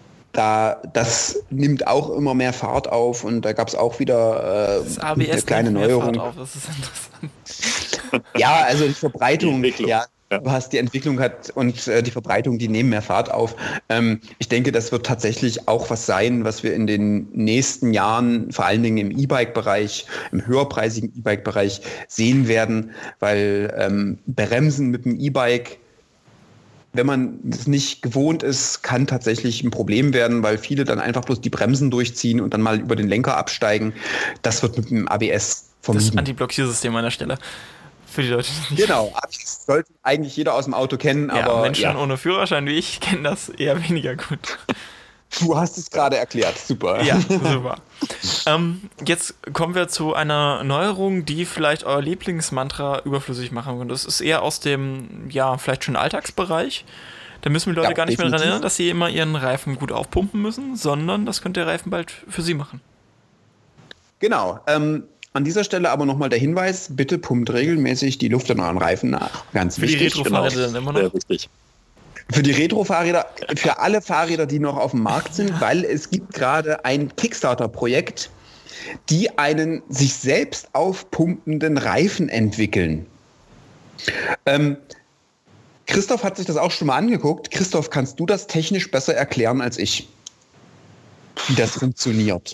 da, das nimmt auch immer mehr Fahrt auf und da gab es auch wieder äh, das A B S eine kleine Neuerung. Fahrt auf. Das ist interessant. Ja, also die Verbreitung, die ja. Ja. Du hast die Entwicklung hat und äh, die Verbreitung, die nehmen mehr Fahrt auf. Ähm, ich denke, das wird tatsächlich auch was sein, was wir in den nächsten Jahren, vor allen Dingen im E-Bike-Bereich, im höherpreisigen E-Bike-Bereich sehen werden, weil ähm, Bremsen mit dem E-Bike, wenn man das nicht gewohnt ist, kann tatsächlich ein Problem werden, weil viele dann einfach bloß die Bremsen durchziehen und dann mal über den Lenker absteigen. Das wird mit dem A B S vermieden. Das Anti-Blockiersystem an der Stelle. Für die Leute, die genau, das sollte eigentlich jeder aus dem Auto kennen, ja, aber Menschen ja. ohne Führerschein wie ich kennen das eher weniger gut. Du hast es gerade erklärt, super. Ja, super. ähm, jetzt kommen wir zu einer Neuerung, die vielleicht euer Lieblingsmantra überflüssig machen könnte. Das ist eher aus dem, ja, vielleicht schon Alltagsbereich. Da müssen wir Leute ja, gar nicht definitiv. mehr daran erinnern, dass sie immer ihren Reifen gut aufpumpen müssen, sondern das könnte der Reifen bald für sie machen. Genau, ähm, an dieser Stelle aber nochmal der Hinweis, bitte pumpt regelmäßig die Luft in euren Reifen nach. Ganz für wichtig. Die Retro-Fahrräder genau. dann immer noch? Sehr wichtig. Für die Retro-Fahrräder, für alle Fahrräder, die noch auf dem Markt sind, weil es gibt gerade ein Kickstarter-Projekt, die einen sich selbst aufpumpenden Reifen entwickeln. Ähm, Christoph hat sich das auch schon mal angeguckt. Christoph, kannst du das technisch besser erklären als ich, wie das funktioniert?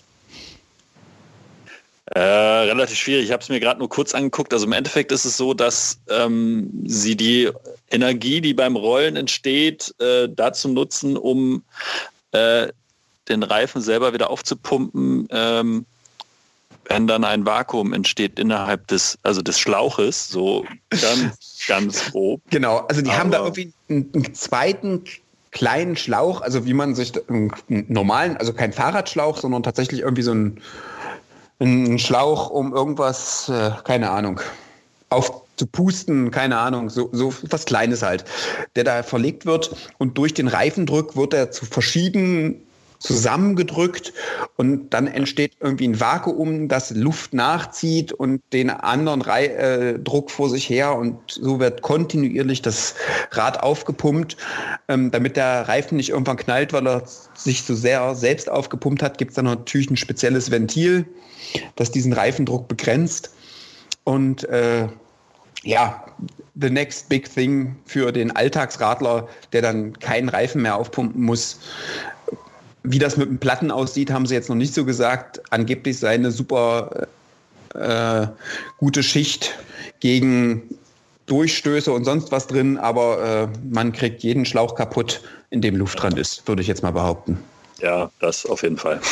Äh, relativ schwierig. Ich habe es mir gerade nur kurz angeguckt. Also im Endeffekt ist es so, dass ähm, sie die Energie, die beim Rollen entsteht, äh, dazu nutzen, um äh, den Reifen selber wieder aufzupumpen, ähm, wenn dann ein Vakuum entsteht innerhalb des, also des Schlauches, so ganz, ganz grob. Genau, also die Aber haben da irgendwie einen, einen zweiten kleinen Schlauch, also wie man sich einen normalen, also kein Fahrradschlauch, sondern tatsächlich irgendwie so ein ein Schlauch, um irgendwas, äh, keine Ahnung, auf, zu pusten, keine Ahnung, so, so was Kleines halt, der da verlegt wird und durch den Reifendruck wird er zu verschiedenen zusammengedrückt und dann entsteht irgendwie ein Vakuum, das Luft nachzieht und den anderen Rei- äh, Druck vor sich her und so wird kontinuierlich das Rad aufgepumpt, ähm, damit der Reifen nicht irgendwann knallt, weil er sich so sehr selbst aufgepumpt hat, gibt es dann natürlich ein spezielles Ventil, das diesen Reifendruck begrenzt und äh, ja, the next big thing für den Alltagsradler, der dann keinen Reifen mehr aufpumpen muss. Wie das mit den Platten aussieht, haben sie jetzt noch nicht so gesagt. Angeblich sei eine super äh, gute Schicht gegen Durchstöße und sonst was drin, aber äh, man kriegt jeden Schlauch kaputt, in dem Luft dran ist, würde ich jetzt mal behaupten. Ja, das auf jeden Fall.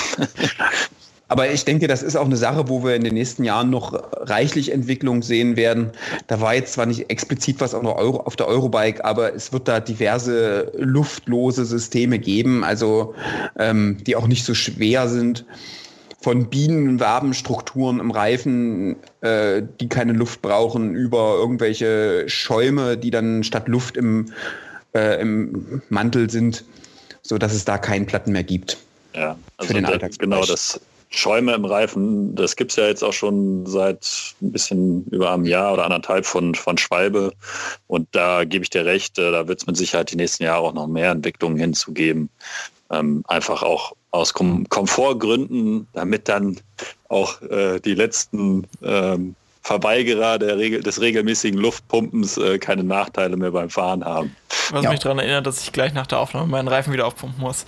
Aber ich denke, das ist auch eine Sache, wo wir in den nächsten Jahren noch reichlich Entwicklung sehen werden. Da war jetzt zwar nicht explizit was auf der, Euro, auf der Eurobike, aber es wird da diverse luftlose Systeme geben, also ähm, die auch nicht so schwer sind. Von Bienenwabenstrukturen im Reifen, äh, die keine Luft brauchen, über irgendwelche Schäume, die dann statt Luft im, äh, im Mantel sind, sodass es da keinen Platten mehr gibt. Ja, also für den Alltagsbereich. Genau, das Schäume im Reifen, das gibt es ja jetzt auch schon seit ein bisschen über einem Jahr oder anderthalb von, von Schwalbe. Und da gebe ich dir recht, da wird es mit Sicherheit die nächsten Jahre auch noch mehr Entwicklungen hinzugeben. Ähm, einfach auch aus Kom- Komfortgründen, damit dann auch äh, die letzten ähm, Verweigerer der Regel, des regelmäßigen Luftpumpens äh, keine Nachteile mehr beim Fahren haben. Was ja. mich daran erinnert, dass ich gleich nach der Aufnahme meinen Reifen wieder aufpumpen muss.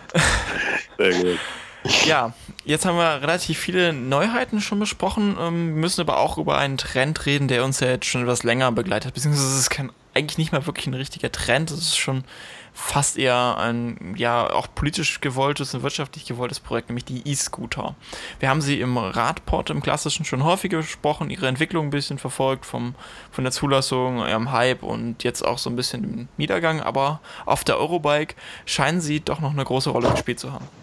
Sehr gut. Ja, jetzt haben wir relativ viele Neuheiten schon besprochen, ähm, müssen aber auch über einen Trend reden, der uns ja jetzt schon etwas länger begleitet, beziehungsweise es ist kein, eigentlich nicht mal wirklich ein richtiger Trend, es ist schon fast eher ein, ja, auch politisch gewolltes und wirtschaftlich gewolltes Projekt, nämlich die E-Scooter. Wir haben sie im Radport, im Klassischen, schon häufiger besprochen, ihre Entwicklung ein bisschen verfolgt, vom, von der Zulassung, ihrem Hype und jetzt auch so ein bisschen im Niedergang, aber auf der Eurobike scheinen sie doch noch eine große Rolle gespielt zu haben.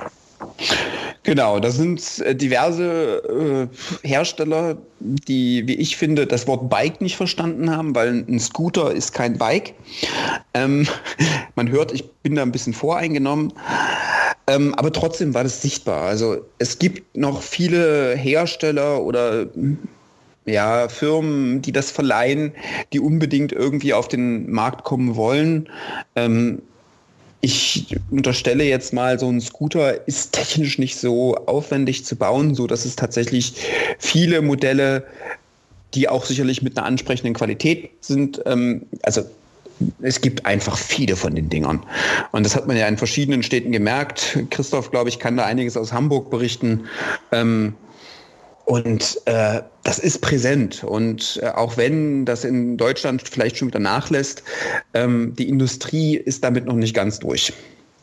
Genau, das sind diverse äh, Hersteller, die, wie ich finde, das Wort Bike nicht verstanden haben, weil ein Scooter ist kein Bike. Ähm, man hört, ich bin da ein bisschen voreingenommen, ähm, aber trotzdem war das sichtbar. Also es gibt noch viele Hersteller oder ja, Firmen, die das verleihen, die unbedingt irgendwie auf den Markt kommen wollen. Ähm, Ich unterstelle jetzt mal, so ein Scooter ist technisch nicht so aufwendig zu bauen, so dass es tatsächlich viele Modelle, die auch sicherlich mit einer ansprechenden Qualität sind, ähm, also es gibt einfach viele von den Dingern. Und das hat man ja in verschiedenen Städten gemerkt. Christoph, glaube ich, kann da einiges aus Hamburg berichten. Ähm, Und äh, das ist präsent. Und äh, auch wenn das in Deutschland vielleicht schon wieder nachlässt, ähm, die Industrie ist damit noch nicht ganz durch.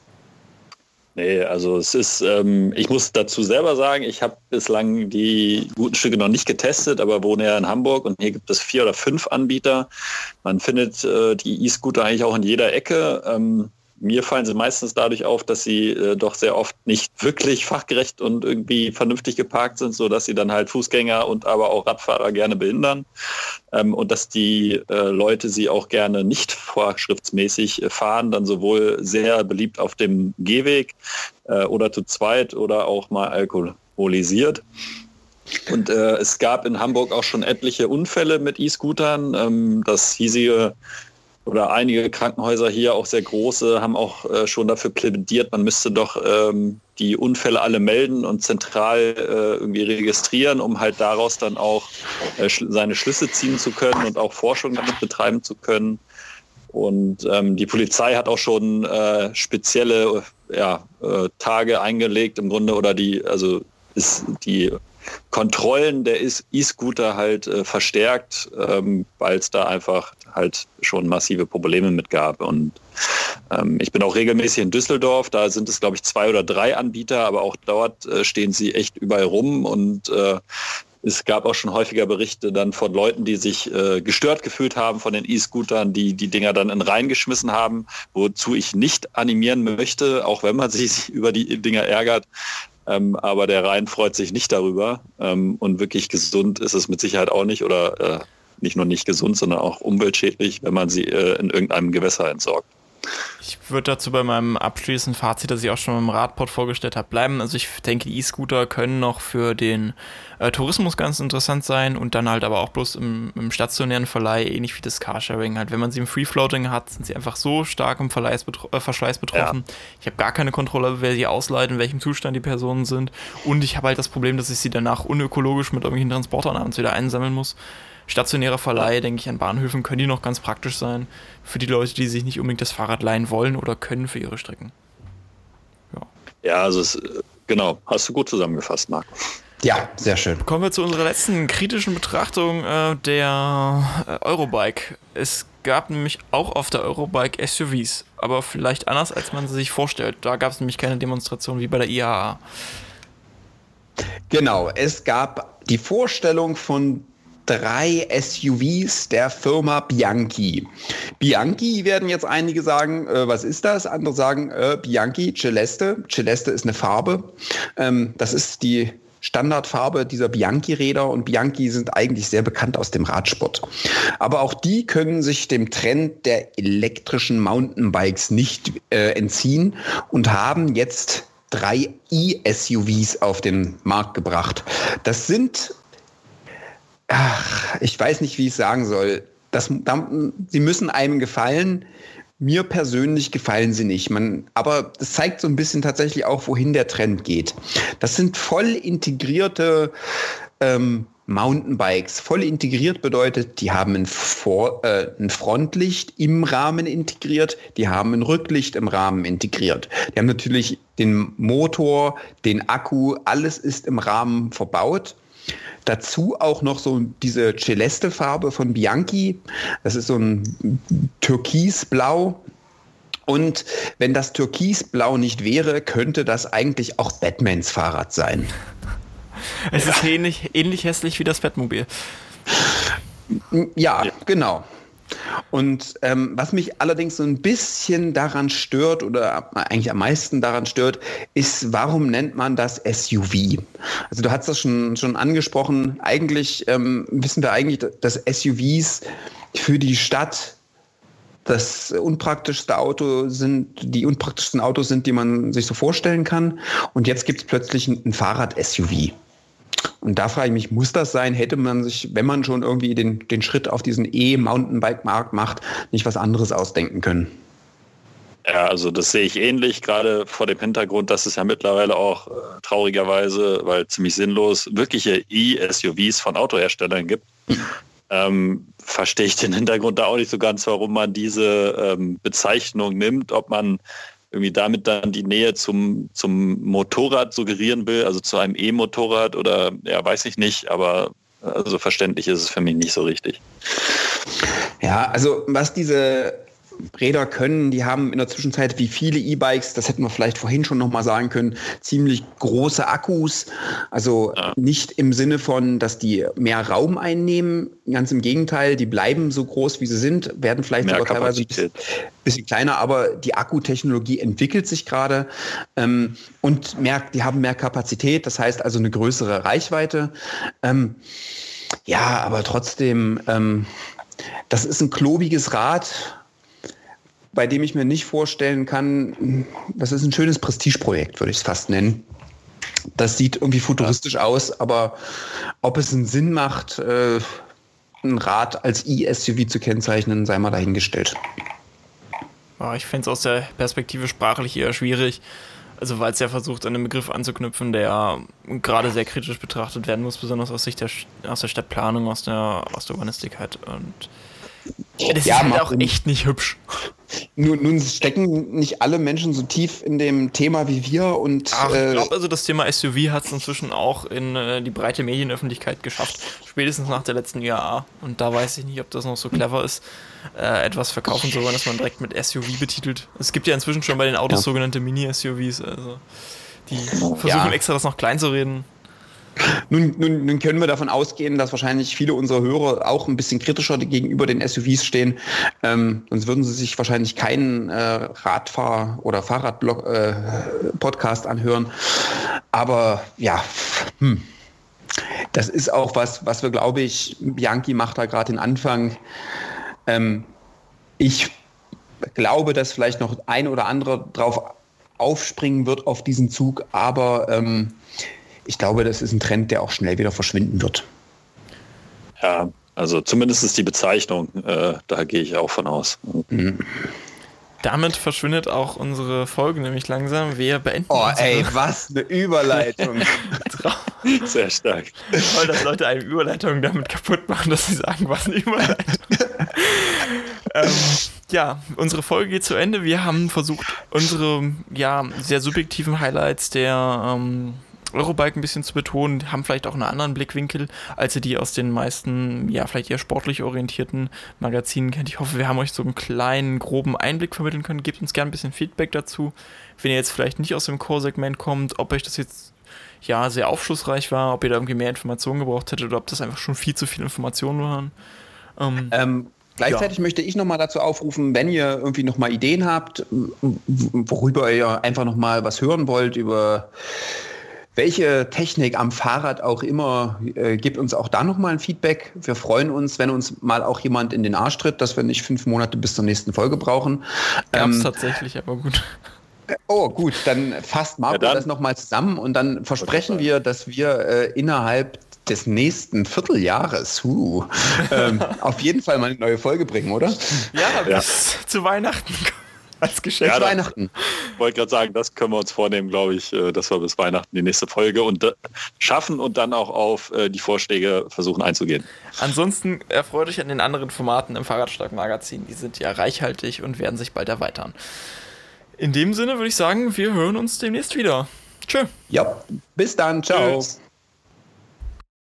Nee, also es ist, ähm, ich muss dazu selber sagen, ich habe bislang die guten Stücke noch nicht getestet, aber wohne ja in Hamburg und hier gibt es vier oder fünf Anbieter. Man findet äh, die E-Scooter eigentlich auch in jeder Ecke. Ähm, Mir fallen sie meistens dadurch auf, dass sie äh, doch sehr oft nicht wirklich fachgerecht und irgendwie vernünftig geparkt sind, sodass sie dann halt Fußgänger und aber auch Radfahrer gerne behindern. Ähm, und dass die äh, Leute sie auch gerne nicht vorschriftsmäßig äh, fahren, dann sowohl sehr beliebt auf dem Gehweg äh, oder zu zweit oder auch mal alkoholisiert. Und äh, es gab in Hamburg auch schon etliche Unfälle mit E-Scootern. Ähm, das hiesige oder einige Krankenhäuser hier, auch sehr große, haben auch äh, schon dafür plädiert, man müsste doch ähm, die Unfälle alle melden und zentral äh, irgendwie registrieren, um halt daraus dann auch äh, sch- seine Schlüsse ziehen zu können und auch Forschung damit betreiben zu können. Und ähm, die Polizei hat auch schon äh, spezielle ja, äh, Tage eingelegt im Grunde, oder die, also ist die Kontrollen der E-Scooter halt äh, verstärkt, ähm, weil es da einfach halt schon massive Probleme mit gab. Und ähm, ich bin auch regelmäßig in Düsseldorf, da sind es glaube ich zwei oder drei Anbieter, aber auch dort äh, stehen sie echt überall rum und äh, es gab auch schon häufiger Berichte dann von Leuten, die sich äh, gestört gefühlt haben von den E-Scootern, die die Dinger dann in den Rhein geschmissen haben, wozu ich nicht animieren möchte, auch wenn man sich über die Dinger ärgert. Ähm, aber der Rhein freut sich nicht darüber. Ähm, und wirklich gesund ist es mit Sicherheit auch nicht oder äh, nicht nur nicht gesund, sondern auch umweltschädlich, wenn man sie äh, in irgendeinem Gewässer entsorgt. Ich würde dazu bei meinem abschließenden Fazit, das ich auch schon im Radpod vorgestellt habe, bleiben. Also ich denke, die E-Scooter können noch für den äh, Tourismus ganz interessant sein und dann halt aber auch bloß im, im stationären Verleih, ähnlich wie das Carsharing. Halt, wenn man sie im Free-Floating hat, sind sie einfach so stark im Verleihs betro- äh, Verschleiß betroffen. Ja. Ich habe gar keine Kontrolle, wer sie ausleiht, in welchem Zustand die Personen sind. Und ich habe halt das Problem, dass ich sie danach unökologisch mit irgendwelchen Transportern abends wieder einsammeln muss. Stationärer Verleih, denke ich, an Bahnhöfen können die noch ganz praktisch sein für die Leute, die sich nicht unbedingt das Fahrrad leihen wollen oder können für ihre Strecken. Ja, ja also es, genau, hast du gut zusammengefasst, Marc. Ja, sehr schön. Kommen wir zu unserer letzten kritischen Betrachtung äh, der äh, Eurobike. Es gab nämlich auch auf der Eurobike S U Vs, aber vielleicht anders, als man sie sich vorstellt. Da gab es nämlich keine Demonstration wie bei der I A A. Genau, es gab die Vorstellung von drei S U Vs der Firma Bianchi. Bianchi werden jetzt einige sagen, äh, was ist das? Andere sagen, äh, Bianchi, Celeste. Celeste ist eine Farbe. Ähm, das ist die Standardfarbe dieser Bianchi-Räder und Bianchi sind eigentlich sehr bekannt aus dem Radsport. Aber auch die können sich dem Trend der elektrischen Mountainbikes nicht äh, entziehen und haben jetzt drei E-S U Vs auf den Markt gebracht. Das sind Ach, ich weiß nicht, wie ich es sagen soll. Das, da, sie müssen einem gefallen. Mir persönlich gefallen sie nicht. Man, aber es zeigt so ein bisschen tatsächlich auch, wohin der Trend geht. Das sind voll integrierte ähm, Mountainbikes. Voll integriert bedeutet, die haben ein, Vor, äh, ein Frontlicht im Rahmen integriert, die haben ein Rücklicht im Rahmen integriert. Die haben natürlich den Motor, den Akku, alles ist im Rahmen verbaut. Dazu auch noch so diese Celeste-Farbe von Bianchi. Das ist so ein Türkisblau. Und wenn das Türkisblau nicht wäre, könnte das eigentlich auch Batmans Fahrrad sein. Es ist ähnlich, ähnlich hässlich wie das Batmobil. Ja, genau. Und ähm, was mich allerdings so ein bisschen daran stört oder eigentlich am meisten daran stört, ist, warum nennt man das S U V? Also du hast das schon, schon angesprochen. Eigentlich ähm, wissen wir eigentlich, dass S U Vs für die Stadt das unpraktischste Auto sind, die unpraktischsten Autos sind, die man sich so vorstellen kann. Und jetzt gibt es plötzlich ein, ein Fahrrad-S U V. Und da frage ich mich, muss das sein? Hätte man sich, wenn man schon irgendwie den, den Schritt auf diesen E-Mountainbike-Markt macht, nicht was anderes ausdenken können? Ja, also das sehe ich ähnlich, gerade vor dem Hintergrund, dass es ja mittlerweile auch äh, traurigerweise, weil ziemlich sinnlos, wirkliche E-S U Vs von Autoherstellern gibt. Hm. Ähm, verstehe ich den Hintergrund da auch nicht so ganz, warum man diese ähm, Bezeichnung nimmt, ob man irgendwie damit dann die Nähe zum, zum Motorrad suggerieren will, also zu einem E-Motorrad oder ja, weiß ich nicht, aber also verständlich ist es für mich nicht so richtig. Ja, also was diese Räder können, die haben in der Zwischenzeit wie viele E-Bikes, das hätten wir vielleicht vorhin schon nochmal sagen können, ziemlich große Akkus. Also ja. Nicht im Sinne von, dass die mehr Raum einnehmen, ganz im Gegenteil, die bleiben so groß, wie sie sind, werden vielleicht mehr sogar teilweise ein bisschen, bisschen kleiner, aber die Akkutechnologie entwickelt sich gerade ähm, und mehr, die haben mehr Kapazität, das heißt also eine größere Reichweite. Ähm, ja, aber trotzdem, ähm, das ist ein klobiges Rad, bei dem ich mir nicht vorstellen kann, das ist ein schönes Prestigeprojekt, würde ich es fast nennen. Das sieht irgendwie futuristisch ja. aus, aber ob es einen Sinn macht, äh, ein Rad als E-S U V zu kennzeichnen, sei mal dahingestellt. Ja, ich fände es aus der Perspektive sprachlich eher schwierig, also weil es ja versucht, an einen Begriff anzuknüpfen, der gerade sehr kritisch betrachtet werden muss, besonders aus Sicht der, aus der Stadtplanung, aus der, aus der Urbanistik halt. Und das ja, ist halt auch echt nicht hübsch. Nun, nun stecken nicht alle Menschen so tief in dem Thema wie wir. Und Ach, ich glaube, also das Thema S U V hat es inzwischen auch in äh, die breite Medienöffentlichkeit geschafft. Spätestens nach der letzten I A A. Und da weiß ich nicht, ob das noch so clever ist, äh, etwas verkaufen zu wollen, dass man direkt mit S U V betitelt. Es gibt ja inzwischen schon bei den Autos ja. sogenannte Mini-S U Vs. Also die versuchen ja. extra das noch klein zu reden. Nun, nun, nun können wir davon ausgehen, dass wahrscheinlich viele unserer Hörer auch ein bisschen kritischer gegenüber den S U Vs stehen. Ähm, sonst würden sie sich wahrscheinlich keinen äh, Radfahr- oder Fahrradblog-Podcast äh, anhören. Aber ja, hm. Das ist auch was, was wir, glaube ich, Bianchi macht da gerade den Anfang. Ähm, ich glaube, dass vielleicht noch ein oder andere drauf aufspringen wird auf diesen Zug, aber ähm, ich glaube, das ist ein Trend, der auch schnell wieder verschwinden wird. Ja, also zumindest ist die Bezeichnung, äh, da gehe ich auch von aus. Mhm. Damit verschwindet auch unsere Folge nämlich langsam. Wir beenden. Oh, ey, was eine Überleitung. Sehr stark. Toll, dass Leute eine Überleitung damit kaputt machen, dass sie sagen, was eine Überleitung. ähm, ja, unsere Folge geht zu Ende. Wir haben versucht, unsere ja, sehr subjektiven Highlights der ähm, Eurobike ein bisschen zu betonen, haben vielleicht auch einen anderen Blickwinkel, als ihr die aus den meisten, ja, vielleicht eher sportlich orientierten Magazinen kennt. Ich hoffe, wir haben euch so einen kleinen, groben Einblick vermitteln können. Gebt uns gerne ein bisschen Feedback dazu, wenn ihr jetzt vielleicht nicht aus dem Core-Segment kommt, ob euch das jetzt ja sehr aufschlussreich war, ob ihr da irgendwie mehr Informationen gebraucht hättet oder ob das einfach schon viel zu viele Informationen waren. Ähm, ähm, Gleichzeitig ja. möchte ich nochmal dazu aufrufen, wenn ihr irgendwie nochmal Ideen habt, worüber ihr einfach nochmal was hören wollt, über welche Technik am Fahrrad auch immer, äh, gebt uns auch da nochmal ein Feedback. Wir freuen uns, wenn uns mal auch jemand in den Arsch tritt, dass wir nicht fünf Monate bis zur nächsten Folge brauchen. Gab's ähm, tatsächlich, aber gut. Oh, gut, dann fasst Marco ja, das nochmal zusammen und dann versprechen okay. wir, dass wir äh, innerhalb des nächsten Vierteljahres uh, ähm, auf jeden Fall mal eine neue Folge bringen, oder? Ja, bis ja. zu Weihnachten. Als Geschenk. Ja, Weihnachten. Ich wollte gerade sagen, das können wir uns vornehmen, glaube ich, dass wir bis Weihnachten die nächste Folge und äh, schaffen und dann auch auf äh, die Vorschläge versuchen einzugehen. Ansonsten erfreut euch an den anderen Formaten im Fahrradstark-Magazin. Die sind ja reichhaltig und werden sich bald erweitern. In dem Sinne würde ich sagen, wir hören uns demnächst wieder. Tschö. Ja, bis dann. Ciao. Tschüss.